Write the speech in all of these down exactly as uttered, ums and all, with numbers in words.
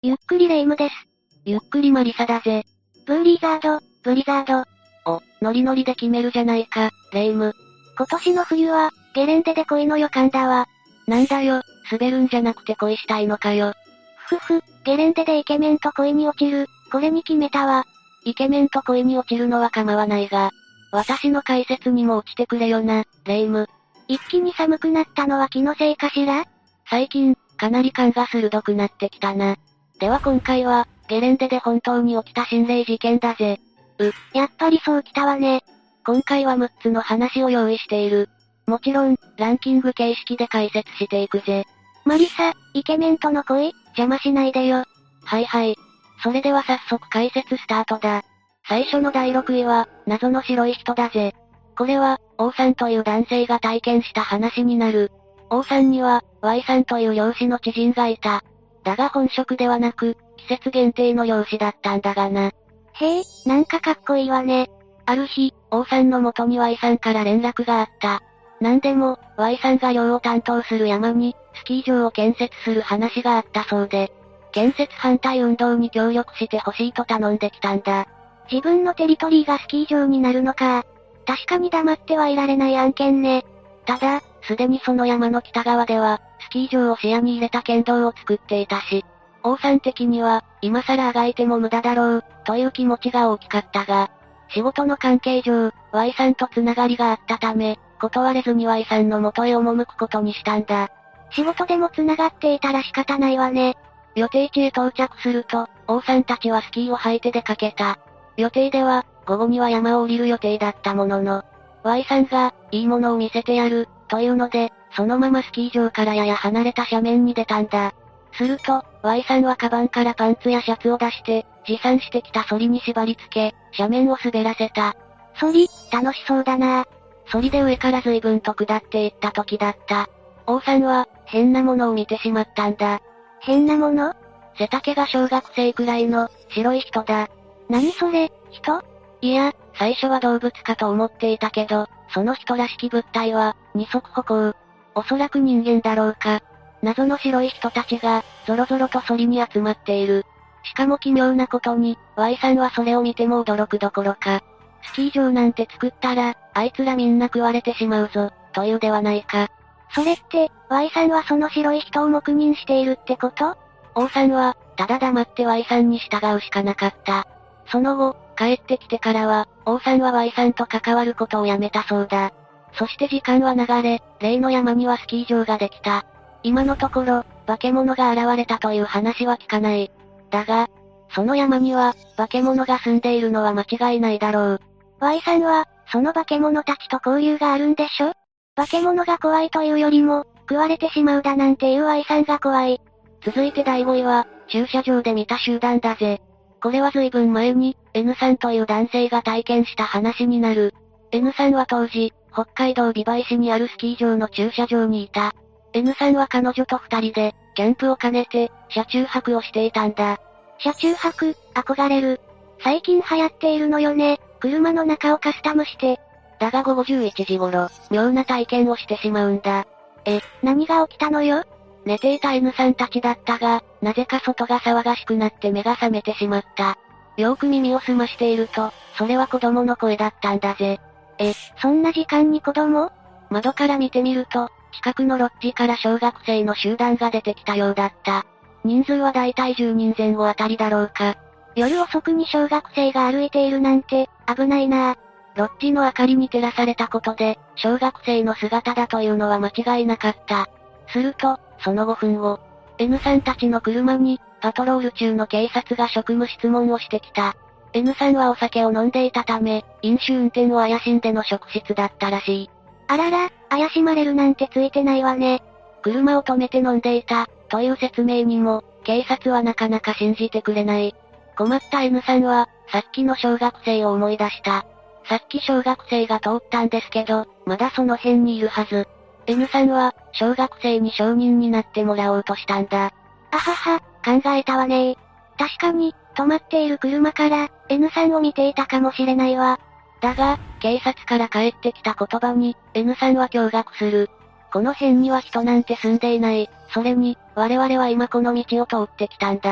ゆっくりレ夢ムです。 ゆっくりマリサだぜ。 ブーリーザード、ブリザード。 お、ノリノリで決めるじゃないか、レ夢ム。 今年の冬は、ゲレンデで恋の予感だわ。 なんだよ、滑るんじゃなくて恋したいのかよ。 ふふふ、ゲレンデでイケメンと恋に落ちる、これに決めたわ。 イケメンと恋に落ちるのは構わないが、私の解説にも落ちてくれよな、レ夢ム。 一気に寒くなったのは気のせいかしら？ 最近、かなり感が鋭くなってきたな。では今回は、ゲレンデで本当に起きた心霊事件だぜ。 う、やっぱりそうきたわね。 今回はむっつの話を用意している。もちろん、ランキング形式で解説していくぜ。 マリサ、イケメンとの恋、邪魔しないでよ。 はいはい。それでは早速解説スタートだ。最初のだいろくいは、謎の白い人だぜ。これは、王さんという男性が体験した話になる。王さんには、Y さんという漁師の知人がいた。だが本職ではなく、季節限定の漁師だったんだがな。 へえ、なんかかっこいいわね。 ある日、王さんの元に Y さんから連絡があった。なんでも、Y さんが漁を担当する山に、スキー場を建設する話があったそうで、建設反対運動に協力してほしいと頼んできたんだ。 自分のテリトリーがスキー場になるのか。確かに黙ってはいられない案件ね。 ただ、すでにその山の北側では、スキー場を視野に入れた県道を作っていたし、王さん的には、今更あがいても無駄だろう、という気持ちが大きかったが、仕事の関係上、Y さんとつながりがあったため、断れずに Y さんの元へ赴くことにしたんだ。 仕事でもつながっていたら仕方ないわね。 予定地へ到着すると、王さんたちはスキーを履いて出かけた。予定では、午後には山を降りる予定だったものの、Y さんが、いいものを見せてやる、というので、そのままスキー場からやや離れた斜面に出たんだ。すると、Y さんはカバンからパンツやシャツを出して、持参してきたソリに縛り付け、斜面を滑らせた。 ソリ、楽しそうだな。 ソリで上から随分と下っていった時だった。王さんは、変なものを見てしまったんだ。 変なもの？ 背丈が小学生くらいの、白い人だ。 何それ、人？ いや、最初は動物かと思っていたけど、その人らしき物体は、二足歩行。おそらく人間だろうか。謎の白い人たちが、ぞろぞろとソリに集まっている。しかも奇妙なことに、Y さんはそれを見ても驚くどころか。スキー場なんて作ったら、あいつらみんな食われてしまうぞ、というではないか。 それって、Y さんはその白い人を黙認しているってこと？ 王さんは、ただ黙って Y さんに従うしかなかった。その後、帰ってきてからは、王さんは Y さんと関わることをやめたそうだ。そして時間は流れ、例の山にはスキー場ができた。今のところ、化け物が現れたという話は聞かない。だが、その山には、化け物が住んでいるのは間違いないだろう。 Y さんは、その化け物たちと交流があるんでしょ？化け物が怖いというよりも、食われてしまうだなんていう Y さんが怖い。 続いてだいごいは、駐車場で見た集団だぜ。これは随分前に、N さんという男性が体験した話になる。N さんは当時、北海道美唄市にあるスキー場の駐車場にいた。N さんは彼女と二人で、キャンプを兼ねて、車中泊をしていたんだ。 車中泊、憧れる。最近流行っているのよね、車の中をカスタムして。 だが午後じゅういちじ頃、妙な体験をしてしまうんだ。 え、何が起きたのよ？ 寝ていた N さんたちだったが、なぜか外が騒がしくなって目が覚めてしまった。よーく耳を澄ましていると、それは子供の声だったんだぜ。 え、そんな時間に子供？ 窓から見てみると、近くのロッジから小学生の集団が出てきたようだった。人数はだいたいじゅうにんぜん後あたりだろうか。 夜遅くに小学生が歩いているなんて、危ないなぁ。 ロッジの明かりに照らされたことで、小学生の姿だというのは間違いなかった。すると、そのごふんご、N さんたちの車に、パトロール中の警察が職務質問をしてきた。N さんはお酒を飲んでいたため、飲酒運転を怪しんでの職質だったらしい。 あらら、怪しまれるなんてついてないわね。 車を止めて飲んでいた、という説明にも、警察はなかなか信じてくれない。困った N さんは、さっきの小学生を思い出した。さっき小学生が通ったんですけど、まだその辺にいるはず。N さんは、小学生に証人になってもらおうとしたんだ。 あはは、考えたわね。確かに、止まっている車から、N さんを見ていたかもしれないわ。 だが、警察から返ってきた言葉に、N さんは驚愕する。この辺には人なんて住んでいない。それに、我々は今この道を通ってきたんだ。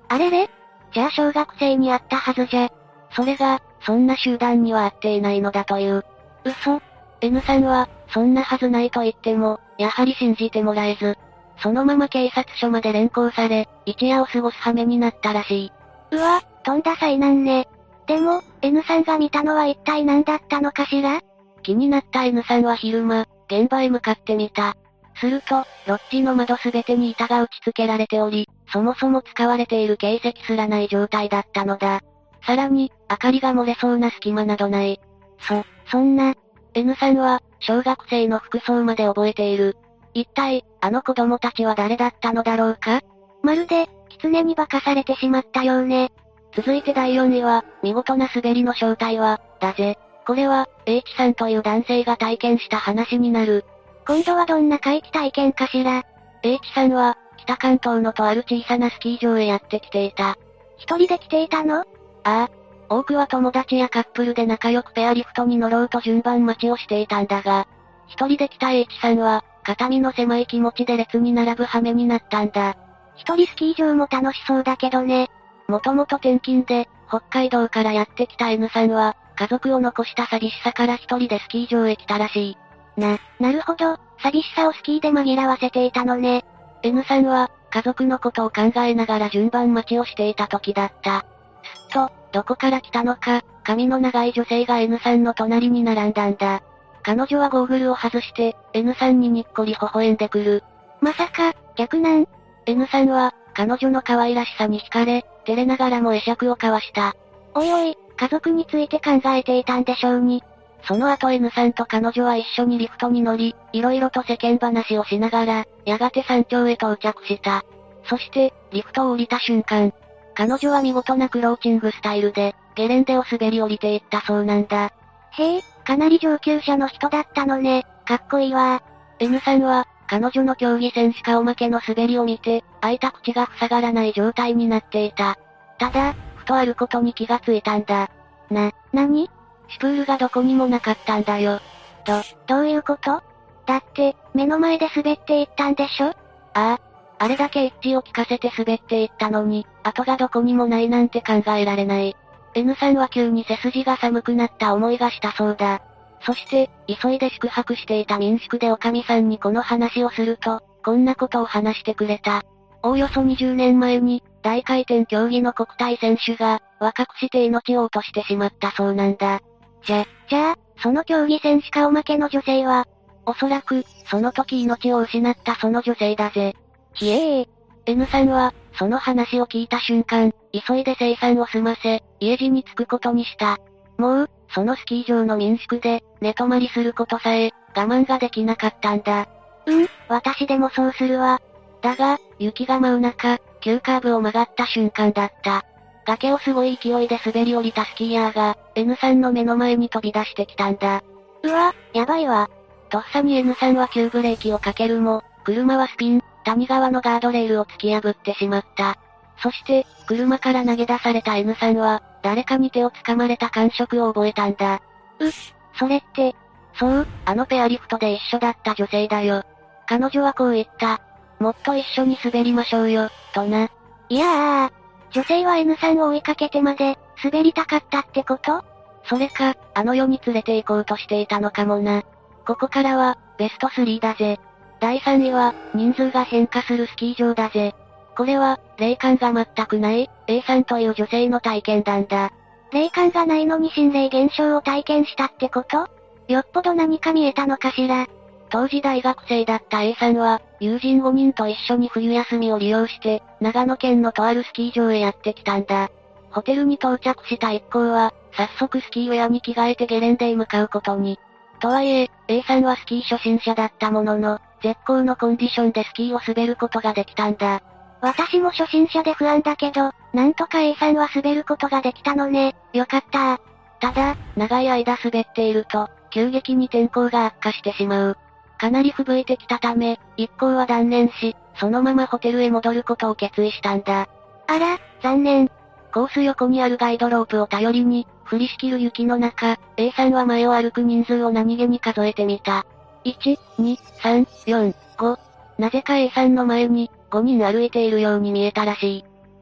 あれれ？じゃあ小学生に会ったはずじゃ。 それが、そんな集団には会っていないのだという。 嘘？ N さんは、そんなはずないと言っても、やはり信じてもらえず、そのまま警察署まで連行され、一夜を過ごす羽目になったらしい。 うわ、とんだ災難ね。でも、N さんが見たのは一体何だったのかしら？ 気になった N さんは昼間、現場へ向かってみた。すると、ロッジの窓すべてに板が打ち付けられており、そもそも使われている形跡すらない状態だったのだ。さらに、明かりが漏れそうな隙間などない。 そ、そんな。 N さんは、小学生の服装まで覚えている。一体、あの子供たちは誰だったのだろうか？ まるで、狐に化かされてしまったようね。 続いてだいよんいは、見事な滑りの正体は、だぜ。これは、H さんという男性が体験した話になる。 今度はどんな怪奇体験かしら？ H さんは、北関東のとある小さなスキー場へやってきていた。 一人で来ていたの？ ああ。多くは友達やカップルで仲良くペアリフトに乗ろうと順番待ちをしていたんだが、一人で来た H さんは、肩身の狭い気持ちで列に並ぶ羽目になったんだ。 一人スキー場も楽しそうだけどね。 もともと転勤で、北海道からやってきた N さんは、家族を残した寂しさから一人でスキー場へ来たらしい。 な、なるほど、寂しさをスキーで紛らわせていたのね。 N さんは、家族のことを考えながら順番待ちをしていた時だった。すっと、どこから来たのか、髪の長い女性が N さんの隣に並んだんだ。彼女はゴーグルを外して、N さんににっこり微笑んでくる。 まさか、逆なん？ N さんは、彼女の可愛らしさに惹かれ、照れながらも会釈を交わした。 おいおい、家族について考えていたんでしょうに。 その後 N さんと彼女は一緒にリフトに乗り、いろいろと世間話をしながら、やがて山頂へ到着した。そして、リフトを降りた瞬間、彼女は見事なクローチングスタイルで、ゲレンデを滑り降りていったそうなんだ。 へえ、かなり上級者の人だったのね。かっこいいわ。 N さんは、彼女の競技選手顔負けの滑りを見て、開いた口が塞がらない状態になっていた。ただ、ふとあることに気がついたんだ。 な、なに？ シュプールがどこにもなかったんだよ。 ど、どういうこと？だって、目の前で滑っていったんでしょ？ ああ。あれだけエッジを効かせて滑っていったのに、後がどこにもないなんて考えられない。N さんは急に背筋が寒くなった思いがしたそうだ。そして、急いで宿泊していた民宿でおかみさんにこの話をすると、こんなことを話してくれた。おおよそにじゅうねんまえに、大回転競技の国体選手が、若くして命を落としてしまったそうなんだ。 じゃ、じゃあ、その競技選手顔負けの女性は、 おそらく、その時命を失ったその女性だぜ。 ひえー。 N さんは、その話を聞いた瞬間、急いで生産を済ませ、家路に着くことにした。もう、そのスキー場の民宿で、寝泊まりすることさえ、我慢ができなかったんだ。 うん、私でもそうするわ。 だが、雪が舞う中、急カーブを曲がった瞬間だった。崖をすごい勢いで滑り降りたスキーヤーが、N さんの目の前に飛び出してきたんだ。 うわ、やばいわ。 とっさに N さんは急ブレーキをかけるも、車はスピン、谷川のガードレールを突き破ってしまった。そして、車から投げ出された N さんは、誰かに手を掴まれた感触を覚えたんだ。 うっ、それって、 そう、あのペアリフトで一緒だった女性だよ。彼女はこう言った。もっと一緒に滑りましょうよ、とな。 いやー、女性は N さんを追いかけてまで、滑りたかったってこと？ それか、あの世に連れて行こうとしていたのかもな。ここからは、ベストスリーだぜ。だいさんいは、人数が変化するスキー場だぜ。これは、霊感が全くない、A さんという女性の体験談だ。 霊感がないのに心霊現象を体験したってこと？よっぽど何か見えたのかしら。 当時大学生だった A さんは、友人ごにんと一緒に冬休みを利用して、長野県のとあるスキー場へやってきたんだ。ホテルに到着した一行は、早速スキーウェアに着替えてゲレンデへ向かうことに。とはいえ、A さんはスキー初心者だったものの、絶好のコンディションでスキーを滑ることができたんだ。 私も初心者で不安だけど、なんとか A さんは滑ることができたのね。よかったただ、長い間滑っていると、急激に天候が悪化してしまう。かなり吹雪いてきたため、一行は断念し、そのままホテルへ戻ることを決意したんだ。 あら、残念。 コース横にあるガイドロープを頼りに、降りしきる雪の中、A さんは前を歩く人数を何気に数えてみた。いち、に、さん、よん、ご。なぜか A さんの前に、ごにん歩いているように見えたらしい。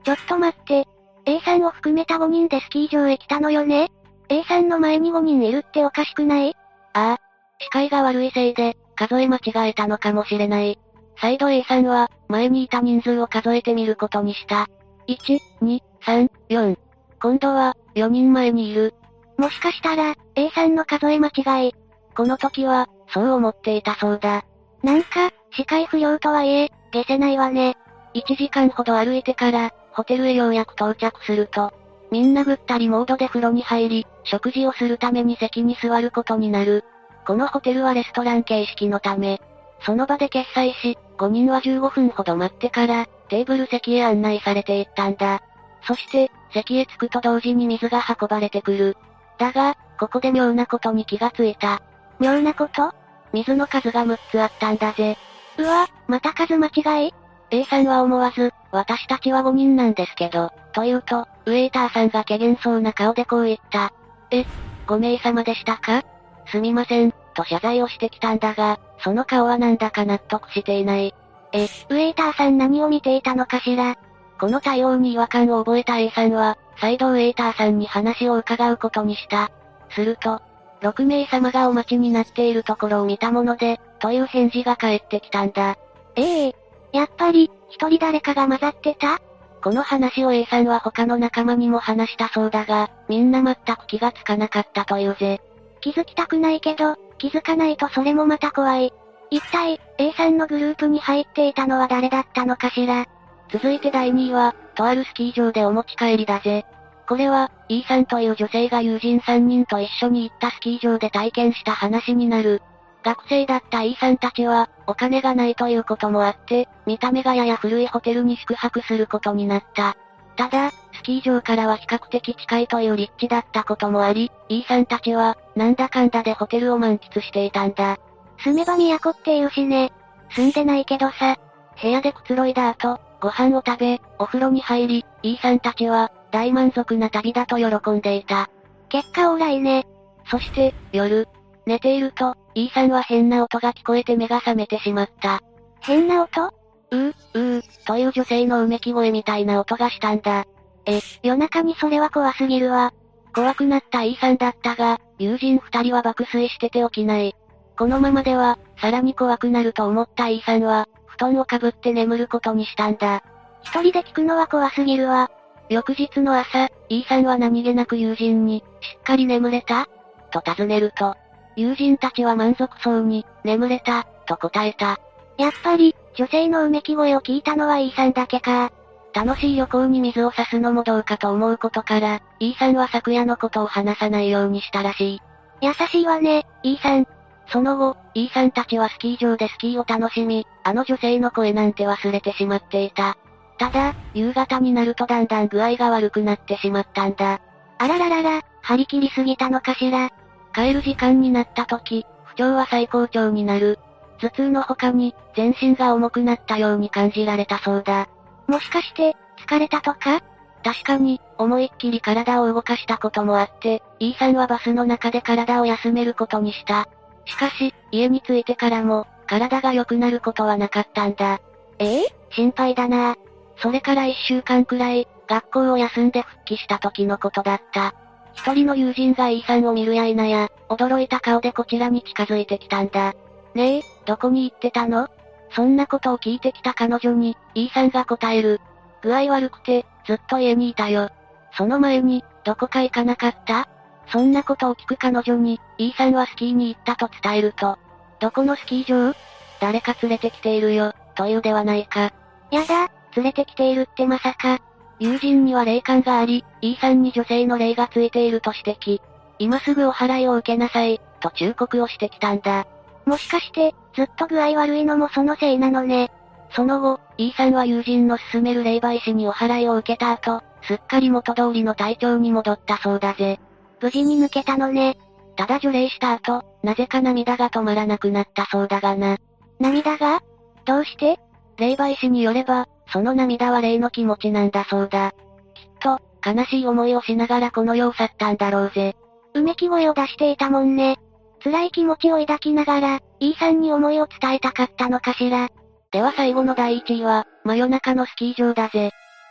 ちょっと待って。A さんを含めたごにんでスキー場へ来たのよね？ A さんの前にごにんいるっておかしくない？ ああ。視界が悪いせいで、数え間違えたのかもしれない。再度 A さんは、前にいた人数を数えてみることにした。いち、に、さん、よん。今度は、よにんまえにいる。 もしかしたら、A さんの数え間違い。 この時は、そう思っていたそうだ。 なんか、視界不良とはいえ、解せないわね。 いちじかんほど歩いてから、ホテルへようやく到着すると、みんなぐったりモードで風呂に入り、食事をするために席に座ることになる。このホテルはレストラン形式のため、その場で決済し、ごにんはじゅうごふんほど待ってから、テーブル席へ案内されていったんだ。そして、席へ着くと同時に水が運ばれてくる。だが、ここで妙なことに気がついた。 妙なこと？ 水の数がむっつあったんだぜ。 うわ、また数間違い？ A さんは思わず、私たちはごにんなんですけど、と言うと、ウェイターさんが怪げそうな顔でこう言った。え、ごめいさまでしたか？すみません、と謝罪をしてきたんだが、その顔はなんだか納得していない。 え、ウェイターさん何を見ていたのかしら？ この対応に違和感を覚えた A さんは、再度ウェイターさんに話を伺うことにした。すると、ろくめいさまがお待ちになっているところを見たもので、という返事が返ってきたんだ。 ええー、やっぱり、一人誰かが混ざってた？ この話を A さんは他の仲間にも話したそうだが、みんな全く気がつかなかったというぜ。 気づきたくないけど、気づかないとそれもまた怖い。一体、A さんのグループに入っていたのは誰だったのかしら？ 続いてだいにいは、とあるスキー場でお持ち帰りだぜ。これは、E さんという女性が友人さんにんと一緒に行ったスキー場で体験した話になる。学生だった E さんたちは、お金がないということもあって、見た目がやや古いホテルに宿泊することになった。ただ、スキー場からは比較的近いという立地だったこともあり、E さんたちは、なんだかんだでホテルを満喫していたんだ。 住めば都って言うしね。住んでないけどさ。 部屋でくつろいだ後、ご飯を食べ、お風呂に入り、E さんたちは、大満足な旅だと喜んでいた。 結果オーライね。 そして、夜、寝ていると、E さんは変な音が聞こえて目が覚めてしまった。 変な音？ うー、うー、という女性のうめき声みたいな音がしたんだ。 え、夜中にそれは怖すぎるわ。 怖くなった E さんだったが、友人二人は爆睡してて起きない。このままでは、さらに怖くなると思った E さんは、布団をかぶって眠ることにしたんだ。 一人で聞くのは怖すぎるわ。 翌日の朝、E さんは何気なく友人に、しっかり眠れた？と尋ねると、友人たちは満足そうに、眠れた、と答えた。 やっぱり、女性のうめき声を聞いたのは E さんだけか。 楽しい旅行に水を差すのもどうかと思うことから、E さんは昨夜のことを話さないようにしたらしい。 優しいわね、E さん。 その後、E さんたちはスキー場でスキーを楽しみ、あの女性の声なんて忘れてしまっていた。ただ、夕方になるとだんだん具合が悪くなってしまったんだ。 あらららら、張り切りすぎたのかしら。 帰る時間になった時、不調は最高潮になる。頭痛の他に、全身が重くなったように感じられたそうだ。 もしかして、疲れたとか？ 確かに、思いっきり体を動かしたこともあって、E さんはバスの中で体を休めることにした。しかし、家に着いてからも、体が良くなることはなかったんだ。 ええ？心配だな。 それから一週間くらい、学校を休んで復帰した時のことだった。一人の友人が E さんを見るや否や、驚いた顔でこちらに近づいてきたんだ。ねえ、どこに行ってたの？そんなことを聞いてきた彼女に、E さんが答える。具合悪くて、ずっと家にいたよ。その前に、どこか行かなかった？そんなことを聞く彼女に、E さんはスキーに行ったと伝えると、どこのスキー場？誰か連れてきているよ、というではないか。 やだ、連れてきているってまさか。 友人には霊感があり、E さんに女性の霊がついていると指摘。今すぐお払いを受けなさい、と忠告をしてきたんだ。 もしかして、ずっと具合悪いのもそのせいなのね。 その後、E さんは友人の勧める霊媒師にお払いを受けた後、すっかり元通りの体調に戻ったそうだぜ。 無事に抜けたのね。 ただ除霊した後、なぜか涙が止まらなくなったそうだがな。 涙が？どうして？ 霊媒師によれば、その涙は霊の気持ちなんだそうだ。きっと、悲しい思いをしながらこの世を去ったんだろうぜ。 うめき声を出していたもんね。辛い気持ちを抱きながら、E さんに思いを伝えたかったのかしら。 では最後のだいいちいは、真夜中のスキー場だぜ。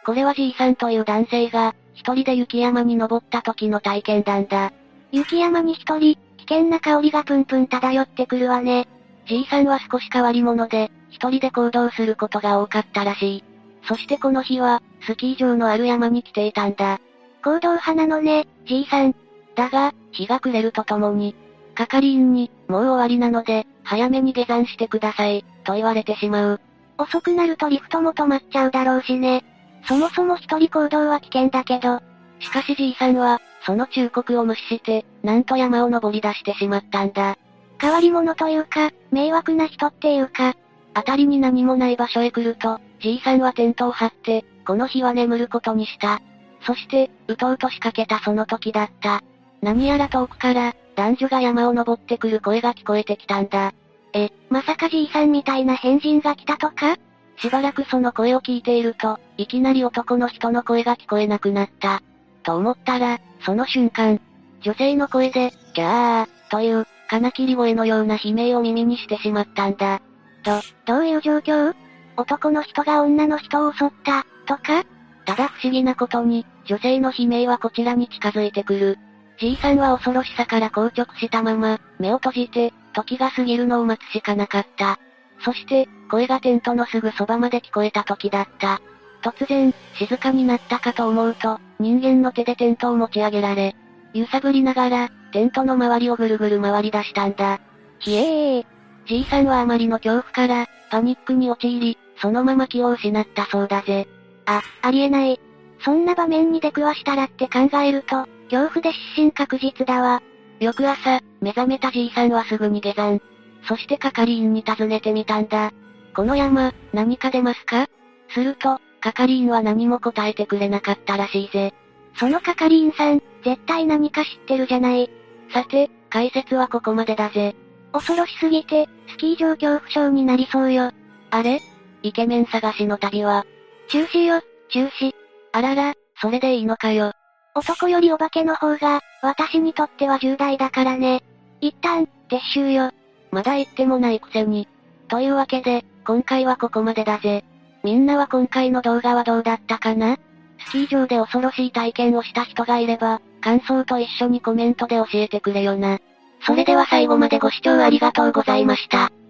これは G さんという男性が、一人で雪山に登った時の体験談だ。 雪山に一人、危険な香りがプンプン漂ってくるわね。 G さんは少し変わり者で、一人で行動することが多かったらしい。そしてこの日は、スキー場のある山に来ていたんだ。 行動派なのね、G さん。 だが、日が暮れるとともに、係員に、もう終わりなので、早めに下山してください、と言われてしまう。 遅くなるとリフトも止まっちゃうだろうしね。そもそも一人行動は危険だけど。 しかし G さんは、その忠告を無視して、なんと山を登り出してしまったんだ。 変わり者というか、迷惑な人っていうか、 辺りに何もない場所へ来ると、G さんはテントを張って、この日は眠ることにした。そして、うとうと仕掛けたその時だった。何やら遠くから、男女が山を登ってくる声が聞こえてきたんだ。 え、まさか G さんみたいな変人が来たとか？ しばらくその声を聞いていると、いきなり男の人の声が聞こえなくなった。と思ったら、その瞬間、女性の声で、ギャー、という、金切り声のような悲鳴を耳にしてしまったんだ。 ど、どういう状況？男の人が女の人を襲った、とか？ ただ不思議なことに、女性の悲鳴はこちらに近づいてくる。G さんは恐ろしさから硬直したまま、目を閉じて、時が過ぎるのを待つしかなかった。そして、声がテントのすぐそばまで聞こえた時だった。突然、静かになったかと思うと、人間の手でテントを持ち上げられ、揺さぶりながら、テントの周りをぐるぐる回り出したんだ。 ひえー。 G さんはあまりの恐怖から、パニックに陥り、そのまま気を失ったそうだぜ。 あ、ありえない。そんな場面に出くわしたらって考えると、恐怖で失神確実だわ。 翌朝、目覚めた G さんはすぐに下山。そして係員に尋ねてみたんだ。この山、何か出ますか？すると、係員は何も答えてくれなかったらしいぜ。 その係員さん、絶対何か知ってるじゃない。 さて、解説はここまでだぜ。 恐ろしすぎて、スキー場恐怖症になりそうよ。 あれ？イケメン探しの旅は。 中止よ、中止。 あらら、それでいいのかよ。 男よりお化けの方が、私にとっては重大だからね。一旦、撤収よ。 まだ言ってもないくせに。というわけで、今回はここまでだぜ。みんなは今回の動画はどうだったかな？スキー場で恐ろしい体験をした人がいれば、感想と一緒にコメントで教えてくれよな。それでは最後までご視聴ありがとうございました。